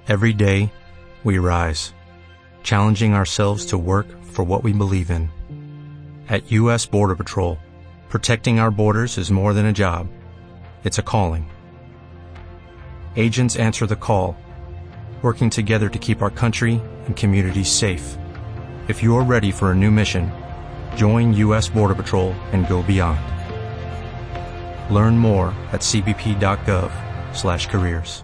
Every day, we rise, challenging ourselves to work for what we believe in. At U.S. Border Patrol, protecting our borders is more than a job. It's a calling. Agents answer the call, working together to keep our country and communities safe. If you are ready for a new mission, join U.S. Border Patrol and go beyond. Learn more at cbp.gov/careers.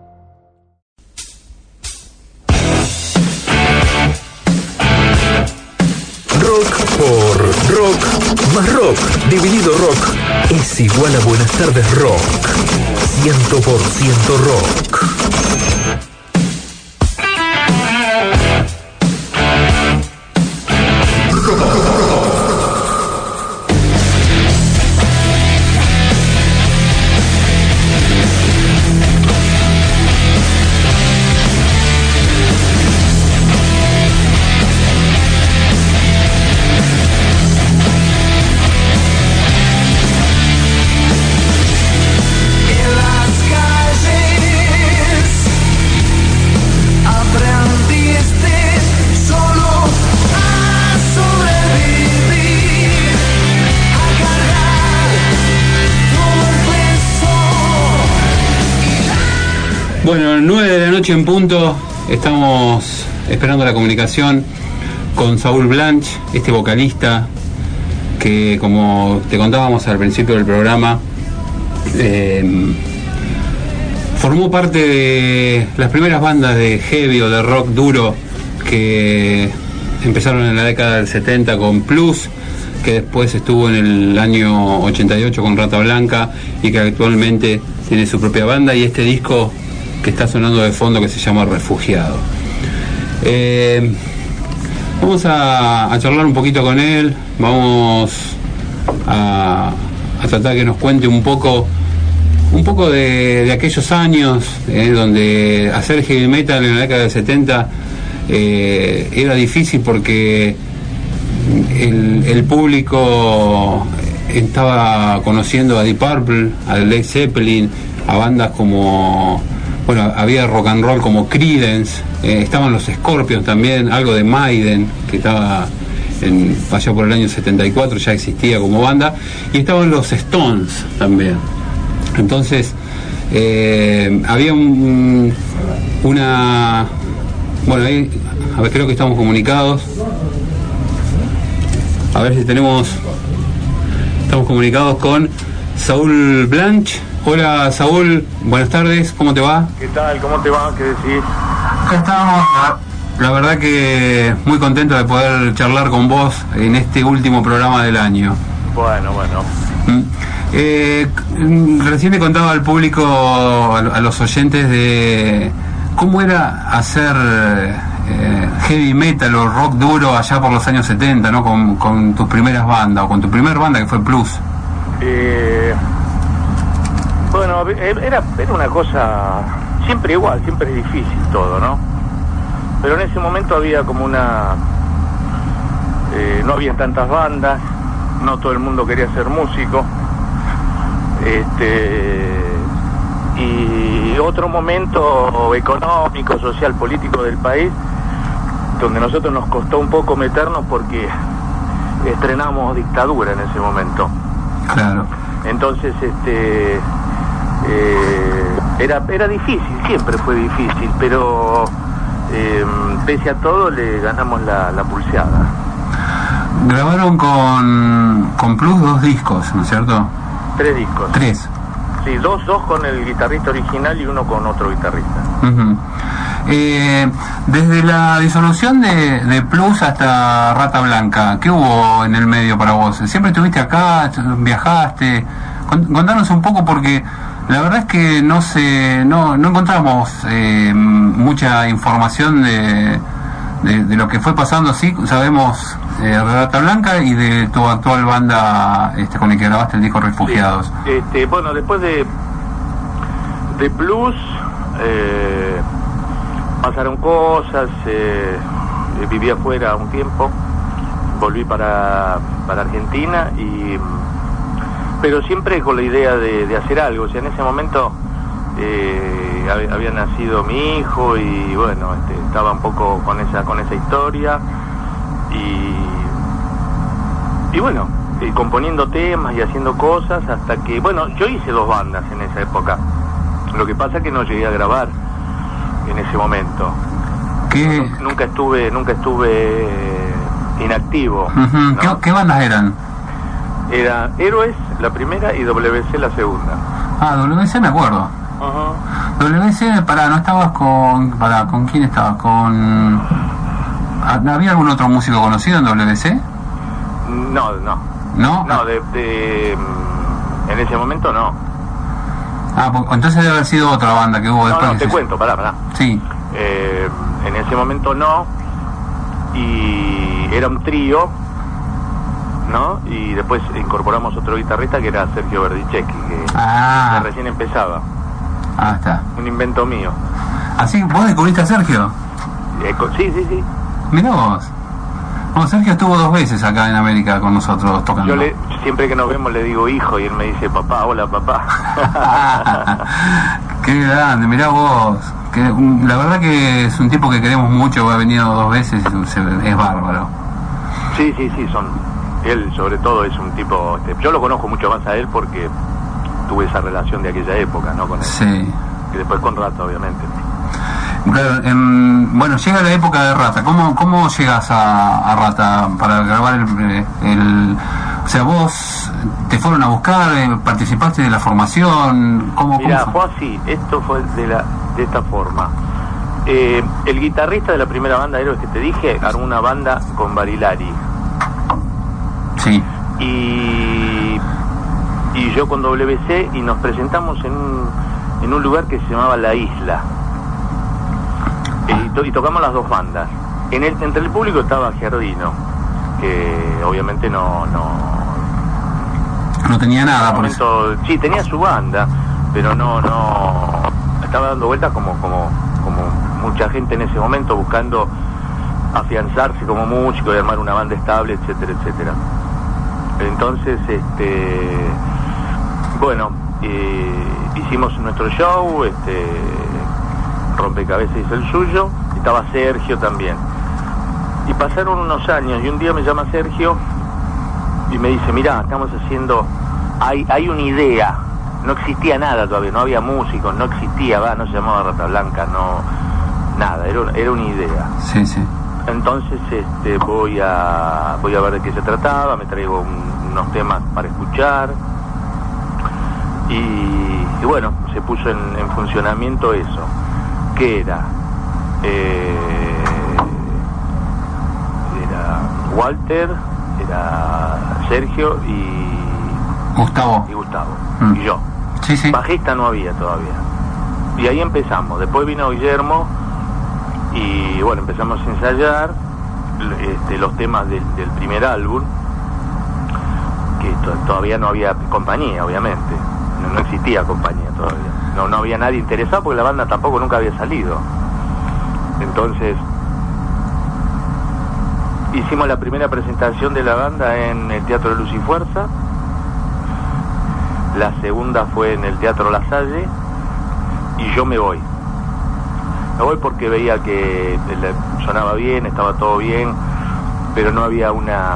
Rock por rock, más rock, dividido rock, es igual a Buenas Tardes Rock. 100% rock. Bueno, 9 de la noche en punto, estamos esperando la comunicación con Saúl Blanch, este vocalista que, como te contábamos al principio del programa, formó parte de las primeras bandas de heavy o de rock duro que empezaron en la década del 70 con Plus, que después estuvo en el año 88 con Rata Blanca y que actualmente tiene su propia banda, y este disco que está sonando de fondo que se llama Refugiado. Vamos a charlar un poquito con él, vamos a tratar que nos cuente un poco de aquellos años donde hacer heavy metal en la década del 70 era difícil porque el público estaba conociendo a Deep Purple, a Led Zeppelin, a bandas como, bueno, había rock and roll como Creedence, estaban los Scorpions también, algo de Maiden, que estaba allá por el año 74, ya existía como banda, y estaban los Stones también. Entonces había una... Bueno, ahí, a ver, creo que estamos comunicados. A ver si estamos comunicados con Saúl Blanch. Hola Saúl, buenas tardes, ¿cómo te va? ¿Qué tal? ¿Cómo te va? ¿Qué decís? Acá estamos, la verdad que muy contento de poder charlar con vos en este último programa del año. Bueno. Recién le contaba al público, a los oyentes, de cómo era hacer heavy metal o rock duro allá por los años 70, ¿no? Con tus primeras bandas, o con tu primer banda que fue Plus. Bueno, era una cosa siempre igual, siempre es difícil todo, ¿no? Pero en ese momento había como no había tantas bandas, no todo el mundo quería ser músico, y otro momento económico, social, político del país, donde nosotros nos costó un poco meternos porque estrenamos dictadura en ese momento. Claro. Entonces, era difícil, siempre fue difícil, pero pese a todo le ganamos la pulseada. Grabaron con Plus 2 discos, ¿no es cierto? 3 discos. 3. Sí, dos con el guitarrista original y uno con otro guitarrista. Uh-huh. Desde la disolución de Plus hasta Rata Blanca, ¿qué hubo en el medio para vos? ¿Siempre estuviste acá? ¿Viajaste? Contanos un poco, porque la verdad es que no encontramos mucha información de lo que fue pasando. Así sabemos de Rata Blanca y de tu actual banda con la que grabaste el disco Refugiados. Sí. Bueno, después de Plus pasaron cosas, viví afuera un tiempo, volví para Argentina, pero siempre con la idea de hacer algo. O sea, en ese momento había nacido mi hijo y bueno, estaba un poco con esa historia y bueno, componiendo temas y haciendo cosas hasta que, bueno, yo hice 2 bandas en esa época. Lo que pasa es que no llegué a grabar en ese momento. ¿Qué? Nunca estuve inactivo. Uh-huh. ¿No? ¿Qué bandas eran? Era Héroes la primera y WC la segunda. Ah, WC me acuerdo. Uh-huh. WC, ¿no estabas con quién estabas? ¿Había algún otro músico conocido en WC? No. ¿No? No, en ese momento no. Ah, entonces debe haber sido otra banda que hubo después. No, te cuento, pará. Sí. En ese momento no, y era un trío, ¿no? Y después incorporamos otro guitarrista que era Sergio Verdicecki, que recién empezaba. Ah, está. Un invento mío. ¿Así vos descubriste a Sergio? Sí. Mirá vos. Bueno, Sergio estuvo 2 veces acá en América con nosotros tocando. Yo siempre que nos vemos le digo hijo y él me dice papá, hola papá. Qué grande, mirá vos. La verdad que es un tipo que queremos mucho, ha venido 2 veces, es bárbaro. Sí, él sobre todo es un tipo, yo lo conozco mucho más a él porque tuve esa relación de aquella época, ¿no? Con él. Sí. Y después con Rata, obviamente. Claro, bueno, llega la época de Rata. ¿Cómo llegas a Rata para grabar o sea, vos te fueron a buscar, participaste de la formación? Mirá, fue así, esto fue de esta forma. El guitarrista de la primera banda Héroes que te dije armó una banda con Barilari. Sí. Y yo con WC y nos presentamos en un lugar que se llamaba La Isla. Y tocamos las 2 bandas. Entre el público estaba Giardino, que obviamente no tenía nada por eso. Sí, tenía su banda, pero no estaba dando vueltas como mucha gente en ese momento, buscando afianzarse como músico y armar una banda estable, etcétera. Entonces, bueno, hicimos nuestro show, Rompecabezas hizo el suyo, estaba Sergio también. Y pasaron unos años y un día me llama Sergio y me dice, mirá, estamos haciendo, hay una idea, no existía nada todavía, no había músicos, no existía, no se llamaba Rata Blanca, nada, era una idea. Sí. Entonces voy a ver de qué se trataba, me traigo unos temas para escuchar y bueno, se puso en funcionamiento eso. Que era Walter, era Sergio y Gustavo. Y yo. Sí. Bajista no había todavía. Y ahí empezamos. Después vino Guillermo y bueno, empezamos a ensayar los temas del primer álbum, que todavía no había compañía, obviamente. No existía compañía todavía. No había nadie interesado porque la banda tampoco nunca había salido. Entonces hicimos la primera presentación de la banda en el Teatro de Luz y Fuerza, la segunda fue en el Teatro La Salle y yo me voy porque veía que sonaba bien, estaba todo bien, pero no había una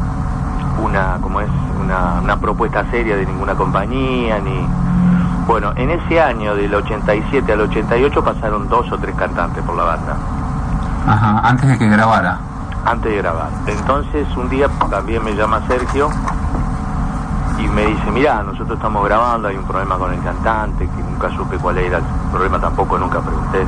propuesta seria de ninguna compañía ni. Bueno, en ese año del 87 al 88 pasaron 2 o 3 cantantes por la banda. Ajá, antes de que grabara. Antes de grabar. Entonces un día también me llama Sergio y me dice, mirá, nosotros estamos grabando, hay un problema con el cantante, que nunca supe cuál era el problema, tampoco nunca pregunté.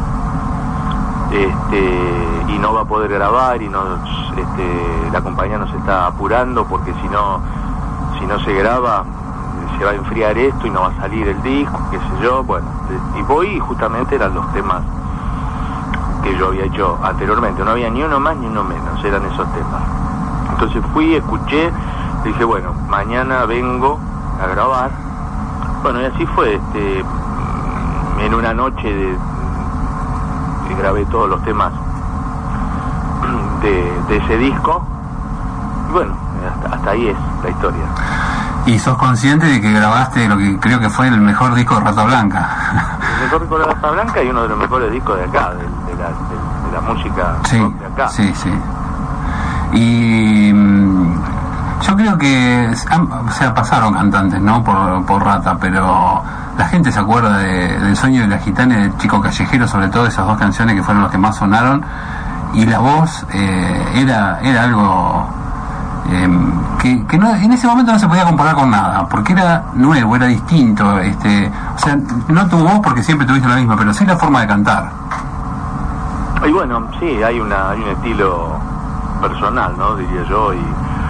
Y no va a poder grabar y la compañía nos está apurando porque si no se graba se va a enfriar esto y no va a salir el disco, qué sé yo. Bueno, y voy y justamente eran los temas que yo había hecho anteriormente, no había ni uno más ni uno menos, eran esos temas. Entonces fui, escuché, dije, bueno, mañana vengo a grabar. Bueno, y así fue, en una noche grabé todos los temas de ese disco, y bueno, hasta ahí es la historia. ¿Y sos consciente de que grabaste lo que creo que fue el mejor disco de Rata Blanca? El mejor disco de la Casa Blanca y uno de los mejores discos de acá, de la música rock de acá. Sí. Y yo creo que pasaron cantantes, ¿no? Por Rata, pero la gente se acuerda del Sueño de la Gitana y de Chico Callejero, sobre todo esas dos canciones que fueron las que más sonaron, y la voz era algo que no, en ese momento no se podía comparar con nada, porque era nuevo, era distinto, o sea, no tu voz porque siempre tuviste la misma, pero sí la forma de cantar. Y bueno, sí, hay un estilo personal, ¿no? Diría yo, y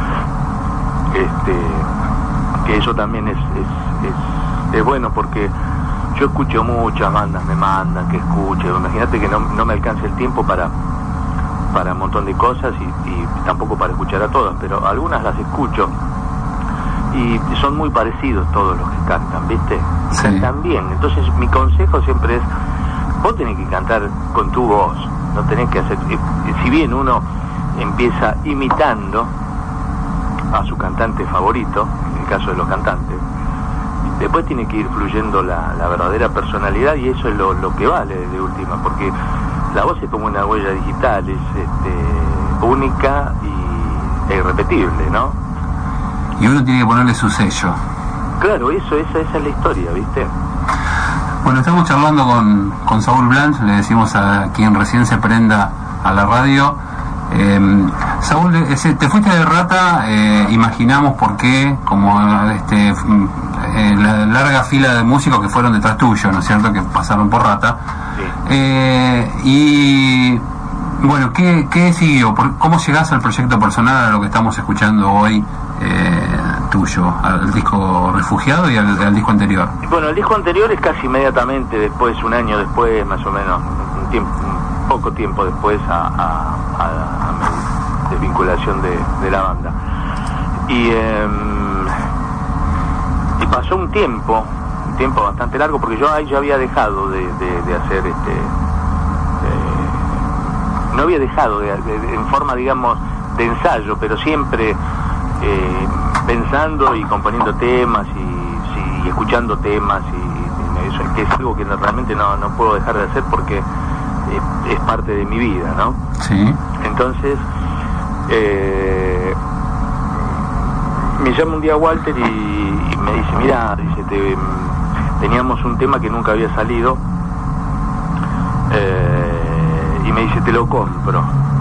que eso también es bueno, porque yo escucho muchas bandas, me mandan que escuche, imagínate que no me alcanza el tiempo para un montón de cosas y tampoco para escuchar a todas, pero algunas las escucho y son muy parecidos todos los que cantan, ¿viste? Sí. Cantan bien, entonces mi consejo siempre es, vos tenés que cantar con tu voz, no tenés que hacer, si bien uno empieza imitando a su cantante favorito, en el caso de los cantantes, después tiene que ir fluyendo la verdadera personalidad, y eso es lo que vale de última, porque la voz es como una huella digital, es única e irrepetible, ¿no? Y uno tiene que ponerle su sello. Claro, esa es la historia, ¿viste? Bueno, estamos charlando con Saúl Blanch, le decimos a quien recién se prenda a la radio. Saúl, te fuiste de Rata, imaginamos por qué, como la larga fila de músicos que fueron detrás tuyo, ¿no es cierto?, que pasaron por Rata. Sí. Y bueno, ¿qué siguió? ¿Cómo llegás al proyecto personal, a lo que estamos escuchando hoy tuyo, al disco Refugiado y al disco anterior? Bueno, el disco anterior es casi inmediatamente después, un año después, más o menos, poco tiempo después a mi desvinculación de la banda. Y pasó un tiempo bastante largo, porque yo ahí ya había dejado de hacer no había dejado en forma, digamos, de ensayo, pero siempre pensando y componiendo temas y escuchando temas, y eso, que es algo que realmente no puedo dejar de hacer porque es parte de mi vida, ¿no? Sí. Entonces me llama un día Walter y me dice, mira, teníamos un tema que nunca había salido, y me dice, te lo compro.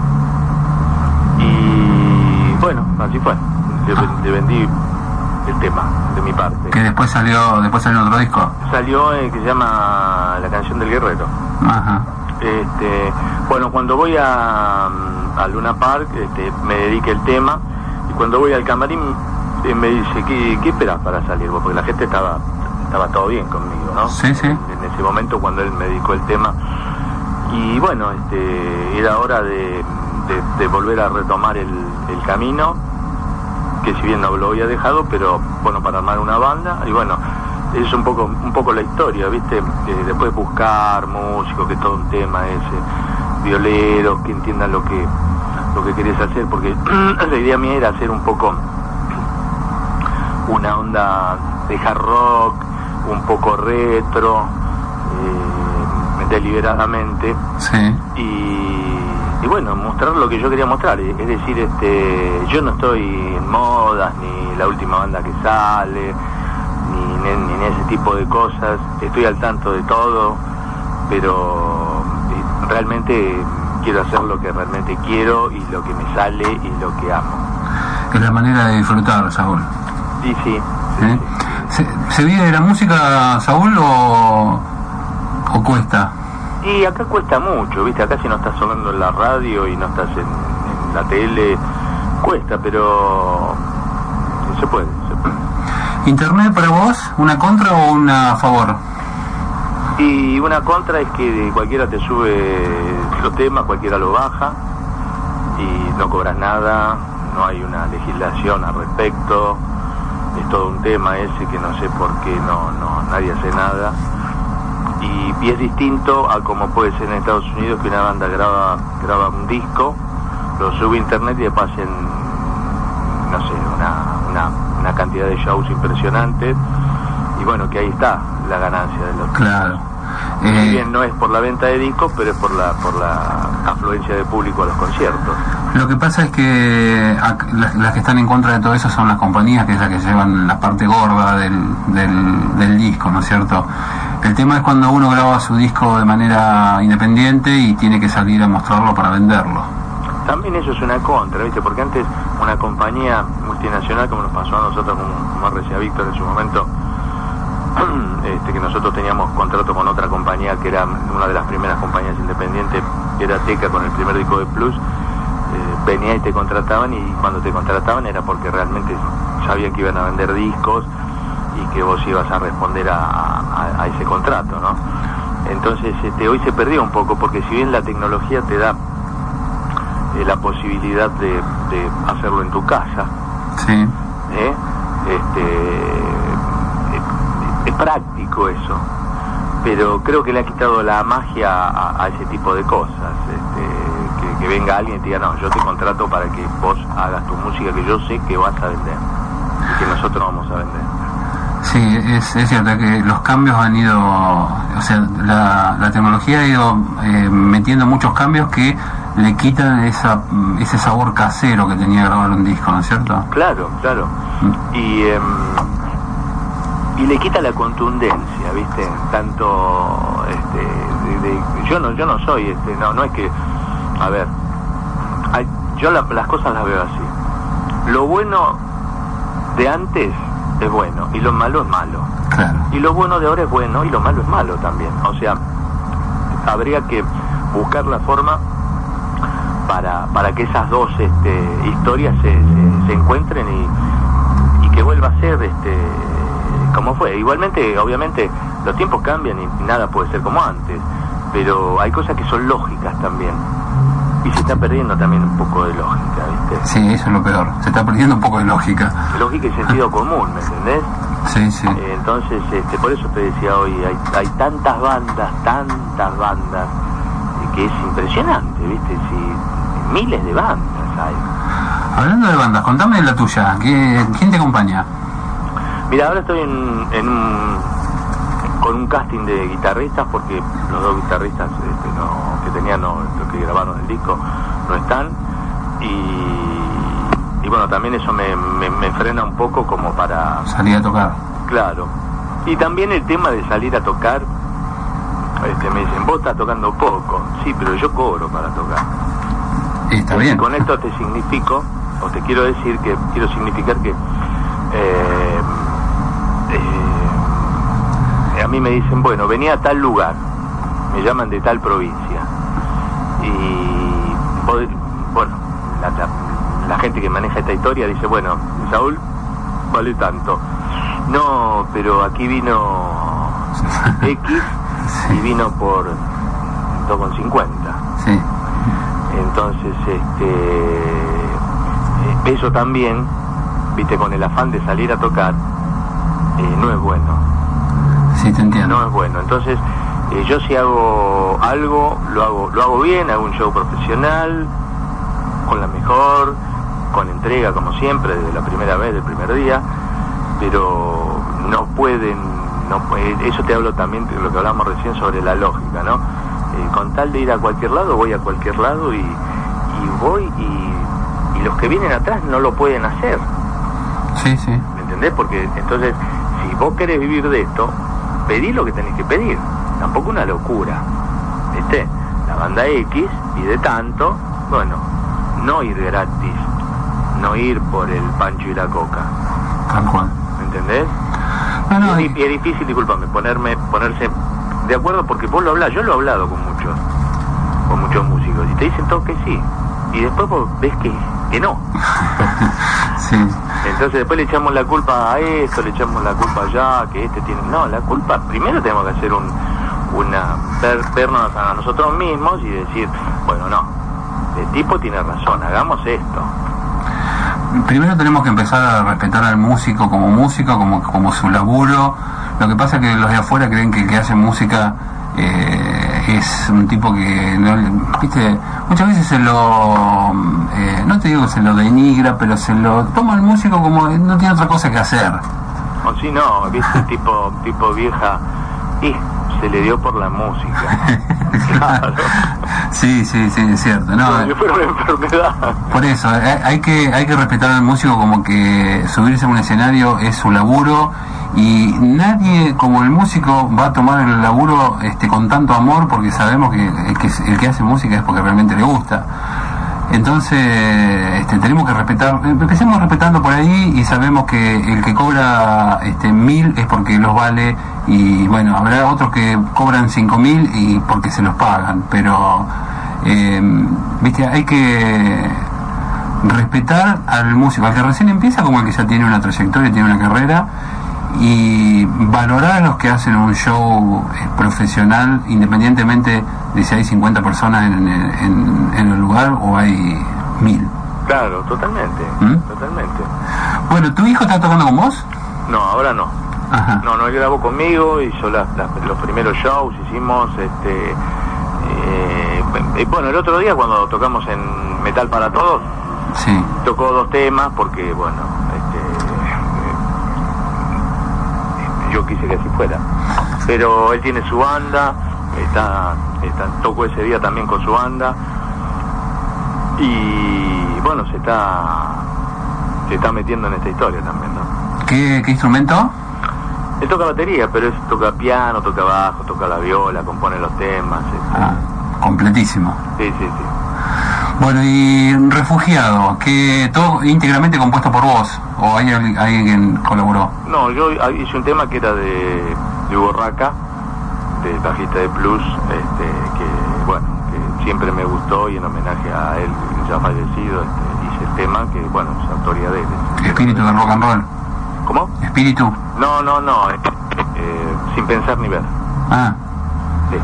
Y bueno, así fue, le vendí el tema de mi parte. ¿Que después salió otro disco? Salió que se llama La Canción del Guerrero. Ajá. Bueno, cuando voy a Luna Park, me dediqué el tema, y cuando voy al camarín me dice, ¿qué esperás para salir vos? Porque la gente estaba todo bien conmigo, ¿no? Sí. En ese momento, cuando él me dedicó el tema, y bueno, era hora de volver a retomar el camino, que si bien no lo había dejado, pero bueno, para armar una banda. Y bueno, es un poco la historia, ¿viste? Después buscar músicos, que todo un tema violeros, que entiendan lo que querés hacer, porque la idea mía era hacer un poco una onda de hard rock, un poco retro, deliberadamente. Sí. Y bueno, mostrar lo que yo quería mostrar, es decir, yo no estoy en modas, ni la última banda que sale, ni ese tipo de cosas. Estoy al tanto de todo, pero realmente quiero hacer lo que realmente quiero y lo que me sale y lo que amo. Es la manera de disfrutar, Saúl. Sí. ¿Se vive de la música, Saúl, o cuesta? Y acá cuesta mucho, ¿viste? Acá si no estás sonando en la radio y no estás en la tele, cuesta, pero se puede. ¿Internet para vos, una contra o una a favor? Y una contra es que cualquiera te sube los temas, cualquiera lo baja y no cobras nada, no hay una legislación al respecto, es todo un tema ese que no sé por qué nadie hace nada. Y es distinto a como puede ser en Estados Unidos, que una banda graba un disco, lo sube a internet y le pasen, no sé, una cantidad de shows impresionantes, y bueno, que ahí está la ganancia de los... Claro. Si bien no es por la venta de discos, pero es por la afluencia de público a los conciertos. Lo que pasa es que las que están en contra de todo eso son las compañías, que es la que llevan la parte gorda del disco, ¿no es cierto? El tema es cuando uno graba su disco de manera independiente y tiene que salir a mostrarlo para venderlo. También eso es una contra, ¿viste? Porque antes una compañía multinacional, como nos pasó a nosotros, como RCA Víctor en su momento, que nosotros teníamos contrato con otra compañía que era una de las primeras compañías independientes, que era Teca, con el primer disco de Plus, venía y te contrataban, y cuando te contrataban era porque realmente sabían que iban a vender discos y que vos ibas a responder a ese contrato, ¿no? Entonces hoy se perdió un poco, porque si bien la tecnología te da la posibilidad de hacerlo en tu casa, sí, es práctico eso, pero creo que le ha quitado la magia a ese tipo de cosas. Que venga alguien y te diga, no, yo te contrato para que vos hagas tu música que yo sé que vas a vender y que nosotros vamos a vender. Sí, es cierto que los cambios han ido, o sea, la tecnología ha ido metiendo muchos cambios que le quitan ese sabor casero que tenía grabar un disco, ¿no es cierto? Claro. Y le quita la contundencia, ¿viste? Tanto yo no soy no es que, a ver, yo las cosas las veo así. Lo bueno de antes es bueno y lo malo es malo. Claro. Y lo bueno de ahora es bueno y lo malo es malo también. O sea, habría que buscar la forma para que esas dos historias se encuentren y que vuelva a ser como fue. Igualmente, obviamente, los tiempos cambian y nada puede ser como antes, pero hay cosas que son lógicas también. Y se está perdiendo también un poco de lógica, ¿viste? Sí, eso es lo peor. Se está perdiendo un poco de lógica. Lógica y sentido común, ¿me entendés? Sí. Entonces, por eso te decía hoy, hay tantas bandas, que es impresionante, ¿viste? Sí, miles de bandas hay. Hablando de bandas, contame de la tuya. ¿Quién te acompaña? Mira, ahora estoy con un casting de guitarristas, porque los dos guitarristas que tenían, los que grabaron el disco, no están, y bueno, también eso me frena un poco como para salir a tocar. Claro. Y también el tema de salir a tocar, me dicen, vos estás tocando poco. Sí, pero yo cobro para tocar. Está bien. Con esto te significo, o te quiero decir que quiero significar que a mí me dicen, bueno, venía a tal lugar, me llaman de tal provincia, y bueno, la gente que maneja esta historia dice, bueno, Saúl, vale tanto. No, pero aquí vino X y vino por 2,50. Sí. Entonces, eso también, viste, con el afán de salir a tocar, no es bueno. Sí, te entiendo. No es bueno. Entonces, yo si hago algo, lo hago bien, hago un show profesional, con la mejor, con entrega como siempre, desde la primera vez, del primer día, pero no pueden, eso te hablo también de lo que hablamos recién sobre la lógica, ¿no? Con tal de ir a cualquier lado, voy a cualquier lado y voy y los que vienen atrás no lo pueden hacer. Sí. ¿Me entendés? Porque entonces, si vos querés vivir de esto, pedí lo que tenés que pedir. Tampoco una locura, ¿viste? La banda X pide tanto, bueno, no ir gratis, no ir por el pancho y la coca. Tal cual. ¿Me entendés? No, y es difícil, discúlpame, ponerse de acuerdo, porque vos lo hablás, yo lo he hablado con muchos músicos, y te dicen todo que sí, y después vos ves que no. Sí. Entonces después le echamos la culpa a esto, le echamos la culpa allá, que tiene... No, la culpa, primero tenemos que hacer vernos a nosotros mismos y decir, bueno, no, el tipo tiene razón, hagamos esto. Primero tenemos que empezar a respetar al músico, como su laburo. Lo que pasa es que los de afuera creen que el que hace música es un tipo que, ¿viste? Muchas veces no te digo que se lo denigra, pero se lo toma el músico como no tiene otra cosa que hacer. O si no, ¿viste? tipo vieja, y se le dio por la música. Claro. Sí, es cierto. No, fue una enfermedad. Por eso, hay que respetar al músico, como que subirse a un escenario es su laburo, y nadie como el músico va a tomar el laburo con tanto amor, porque sabemos que el que hace música es porque realmente le gusta. Entonces tenemos que respetar, empecemos respetando por ahí, y sabemos que el que cobra 1.000 es porque los vale, y bueno, habrá otros que cobran 5.000 y porque se los pagan, pero viste, hay que respetar al músico, al que recién empieza como el que ya tiene una trayectoria, tiene una carrera, y valorar a los que hacen un show profesional, independientemente de si hay 50 personas en el lugar o hay 1.000. Claro, totalmente. Totalmente. Bueno, ¿tu hijo está tocando con vos? No, ahora no. Ajá. No, él grabó conmigo, hizo los primeros shows, hicimos bueno, el otro día cuando tocamos en Metal para Todos, sí, tocó 2 temas porque, bueno, yo quise que así fuera, pero él tiene su banda, tocó ese día también con su banda, y bueno, se está metiendo en esta historia también, ¿no? ¿Qué instrumento? Él toca batería, pero toca piano, toca bajo, toca la viola, compone los temas. Completísimo. Sí. Bueno, y Refugiado, que todo íntegramente compuesto por vos, o hay alguien colaboró? No, yo hice un tema que era de Hugo Raca, de bajista de Plus, que bueno, que siempre me gustó, y en homenaje a él ya fallecido, hice el tema que, bueno, es autoría de él. Espíritu del rock and roll. ¿Cómo? Espíritu. No, Sin Pensar Ni Ver. Ah. Sí.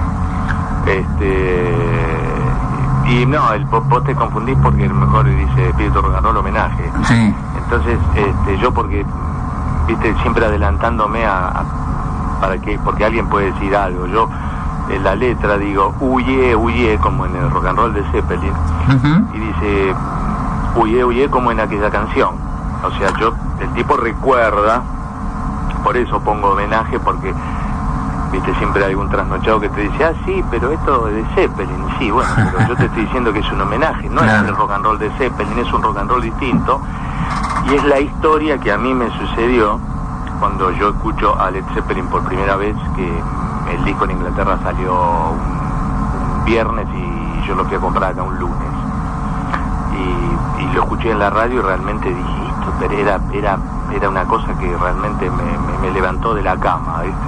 Y no, vos te confundís porque a lo mejor dice Espíritu Rock and Roll homenaje. Sí. Entonces, yo porque, viste, siempre adelantándome porque alguien puede decir algo. Yo en la letra digo huye, como en el rock and roll de Zeppelin, y dice huye como en aquella canción. O sea, el tipo recuerda, por eso pongo homenaje, porque viste, siempre hay algún trasnochado que te dice, sí, pero esto es de Zeppelin. Sí, bueno, pero yo te estoy diciendo que es un homenaje, no es el rock and roll de Zeppelin, es un rock and roll distinto, y es la historia que a mí me sucedió cuando yo escucho a Led Zeppelin por primera vez, que el disco en Inglaterra salió un viernes y yo lo fui a comprar acá un lunes, y lo escuché en la radio y realmente dije, esto pero era una cosa que realmente me levantó de la cama, ¿viste?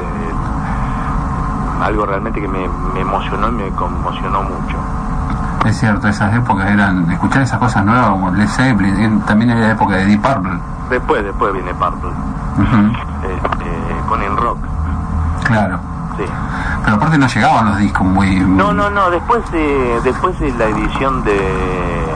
Algo realmente que me emocionó y me conmocionó mucho. Es cierto, esas épocas eran, escuchar esas cosas nuevas como Led Zeppelin, también era la época de Deep Purple. Después viene Purple, con el rock. Claro. Sí. Pero aparte no llegaban los discos muy... No, después de la edición de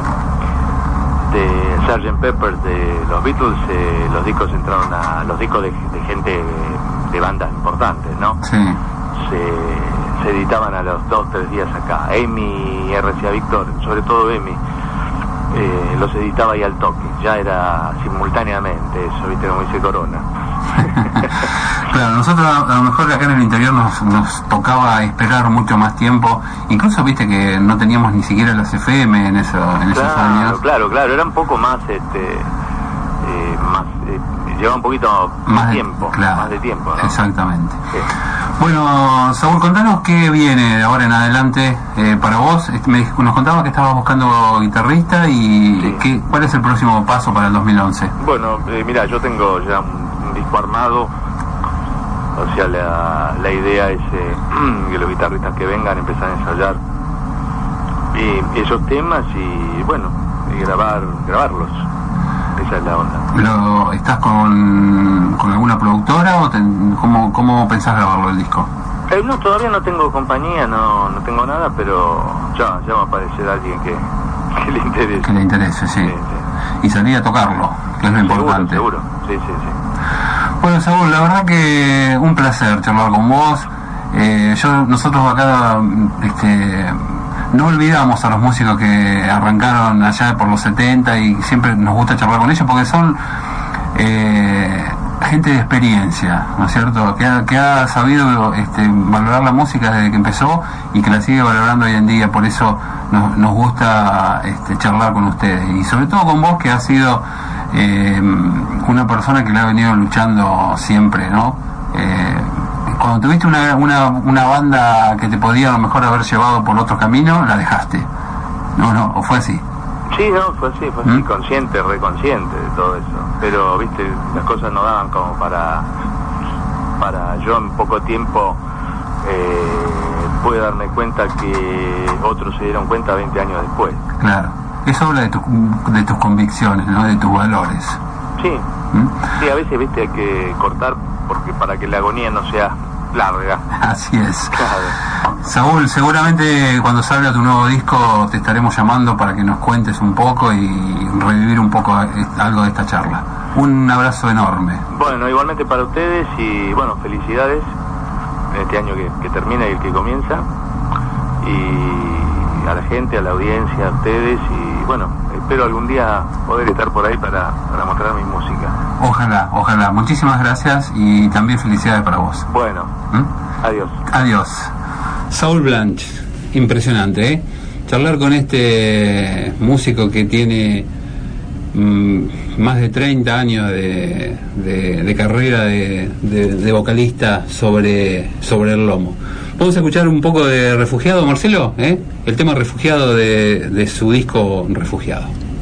Sgt. Pepper de los Beatles, los discos entraron los discos de gente de bandas importantes, ¿no? Sí. Se editaban a los 2-3 días acá. Amy y RCA Victor, sobre todo Amy, los editaba ahí al toque, ya era simultáneamente eso, viste, como dice Corona. Claro, nosotros a lo mejor acá en el interior nos tocaba esperar mucho más tiempo, incluso viste que no teníamos ni siquiera las FM en esos años. Claro, era un poco más, lleva un poquito más tiempo, claro, más de tiempo, ¿no? Exactamente. Sí. Bueno, Saúl, contanos qué viene de ahora en adelante para vos. Nos contabas que estabas buscando guitarrista y sí. ¿cuál es el próximo paso para el 2011? Bueno, mira, yo tengo ya un disco armado, o sea, la idea es que los guitarristas que vengan empezar a ensayar esos temas y bueno, y grabarlos. Esa es la onda. ¿Estás con alguna productora o cómo pensás grabarlo el disco? No, todavía no tengo compañía, no tengo nada, pero ya va a aparecer alguien que le interese. Que le interese, sí. Y salir a tocarlo, que es lo importante. Seguro. Sí. Bueno, Saúl, la verdad que un placer charlar con vos. Nosotros acá no olvidamos a los músicos que arrancaron allá por los 70 y siempre nos gusta charlar con ellos porque son gente de experiencia, ¿no es cierto? Que ha sabido valorar la música desde que empezó y que la sigue valorando hoy en día. Por eso nos gusta charlar con ustedes, y sobre todo con vos, que has sido una persona que le ha venido luchando siempre, ¿no? Cuando tuviste una banda que te podía a lo mejor haber llevado por otro camino, la dejaste. No, ¿o fue así? Sí, no, fue así, consciente, reconsciente de todo eso. Pero, viste, las cosas no daban como para yo en poco tiempo pude darme cuenta que otros se dieron cuenta 20 años después. Claro, eso habla de tus convicciones, ¿no? De tus valores. Sí, sí, a veces, viste, hay que cortar porque para que la agonía no sea larga. Así es. Claro. Saúl, seguramente cuando salga tu nuevo disco te estaremos llamando para que nos cuentes un poco y revivir un poco algo de esta charla. Un abrazo enorme. Bueno, igualmente para ustedes, y bueno, felicidades en este año que termina y el que comienza, y a la gente, a la audiencia, a ustedes, y bueno, espero algún día poder estar por ahí para mostrar mi música. Ojalá. Muchísimas gracias y también felicidades para vos. Bueno, Adiós. Saúl Blanch, impresionante, ¿eh? Charlar con este músico que tiene más de 30 años de carrera de vocalista sobre el lomo. Vamos a escuchar un poco de Refugiado, Marcelo, ¿eh? El tema Refugiado de su disco Refugiado.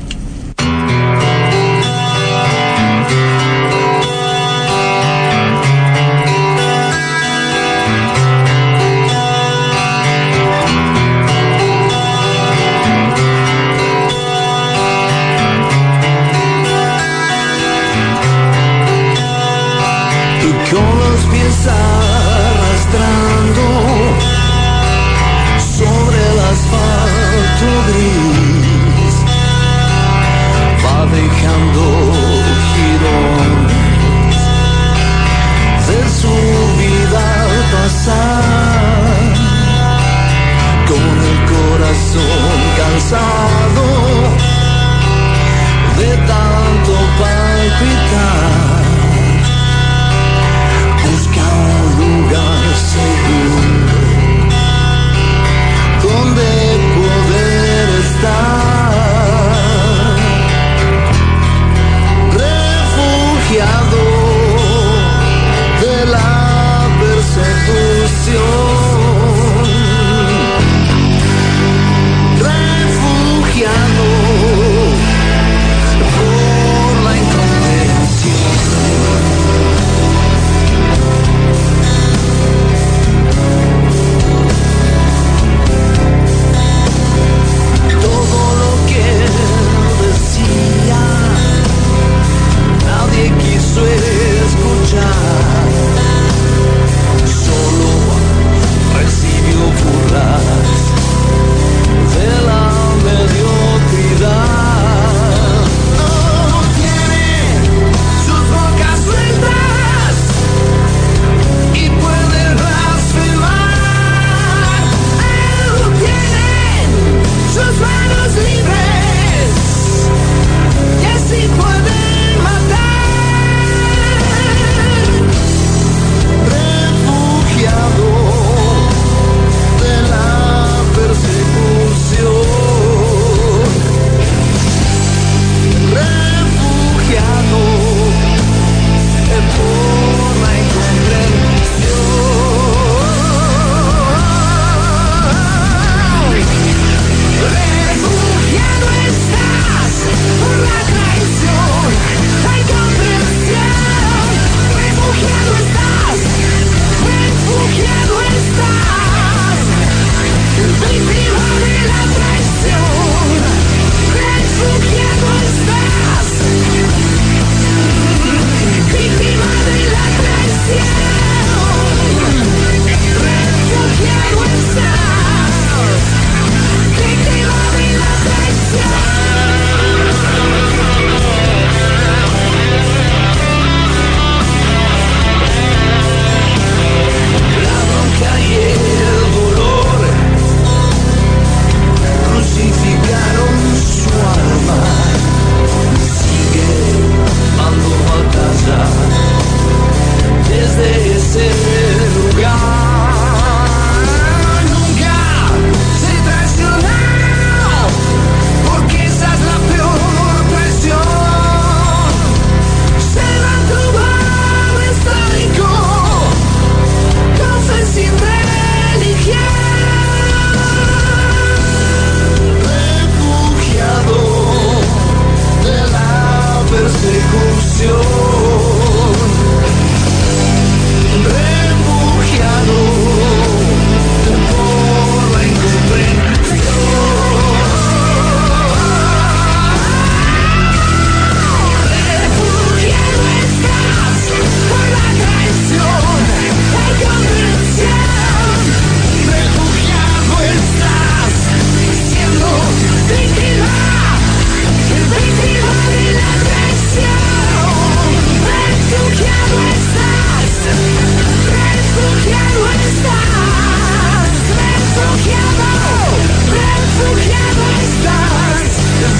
Con los pies arrastrando sobre el asfalto gris,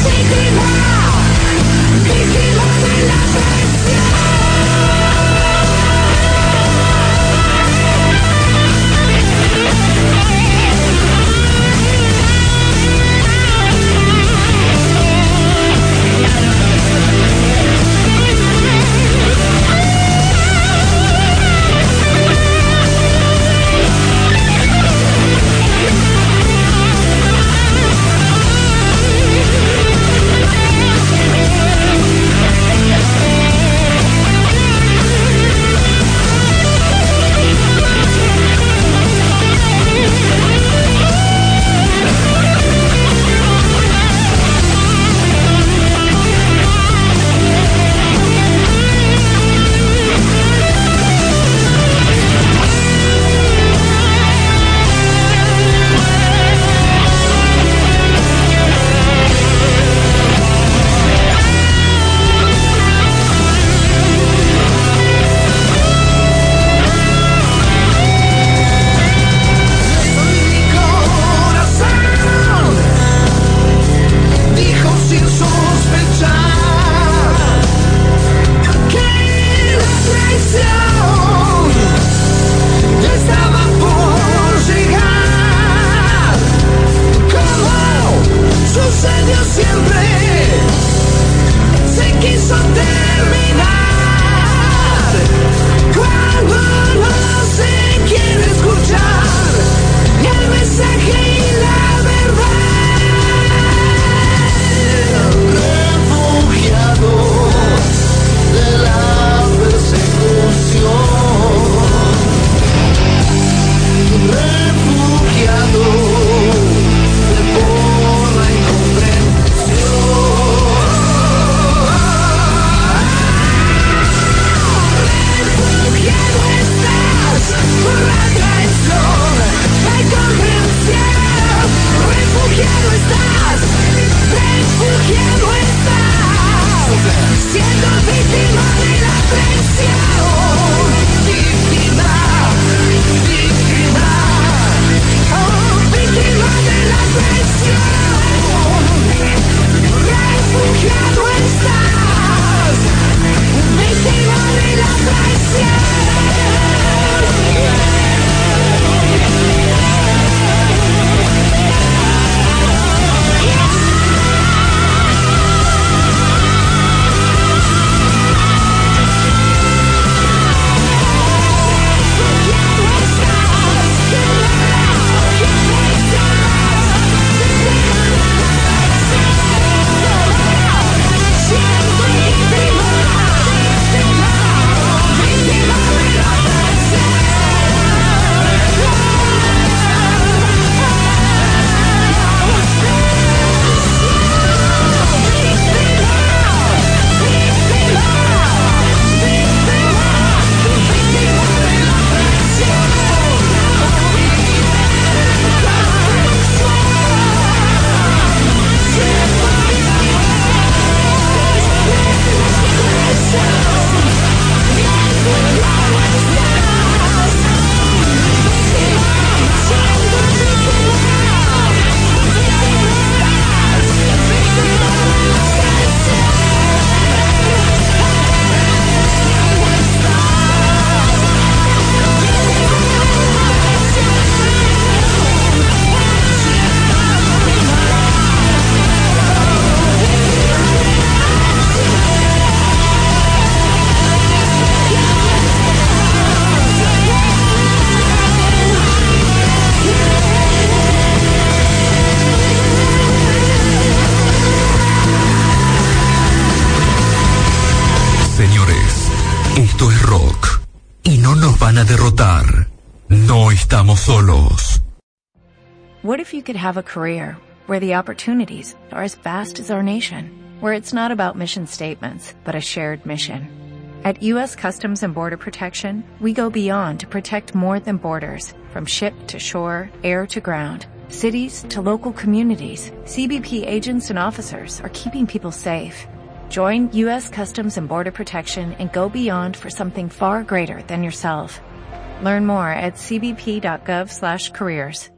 van a derrotar. No estamos solos. What if you could have a career where the opportunities are as vast as our nation, where it's not about mission statements, but a shared mission? At U.S. Customs and Border Protection, we go beyond to protect more than borders. From ship to shore, air to ground, cities to local communities, CBP agents and officers are keeping people safe. Join U.S. Customs and Border Protection and go beyond for something far greater than yourself. Learn more at cbp.gov/careers.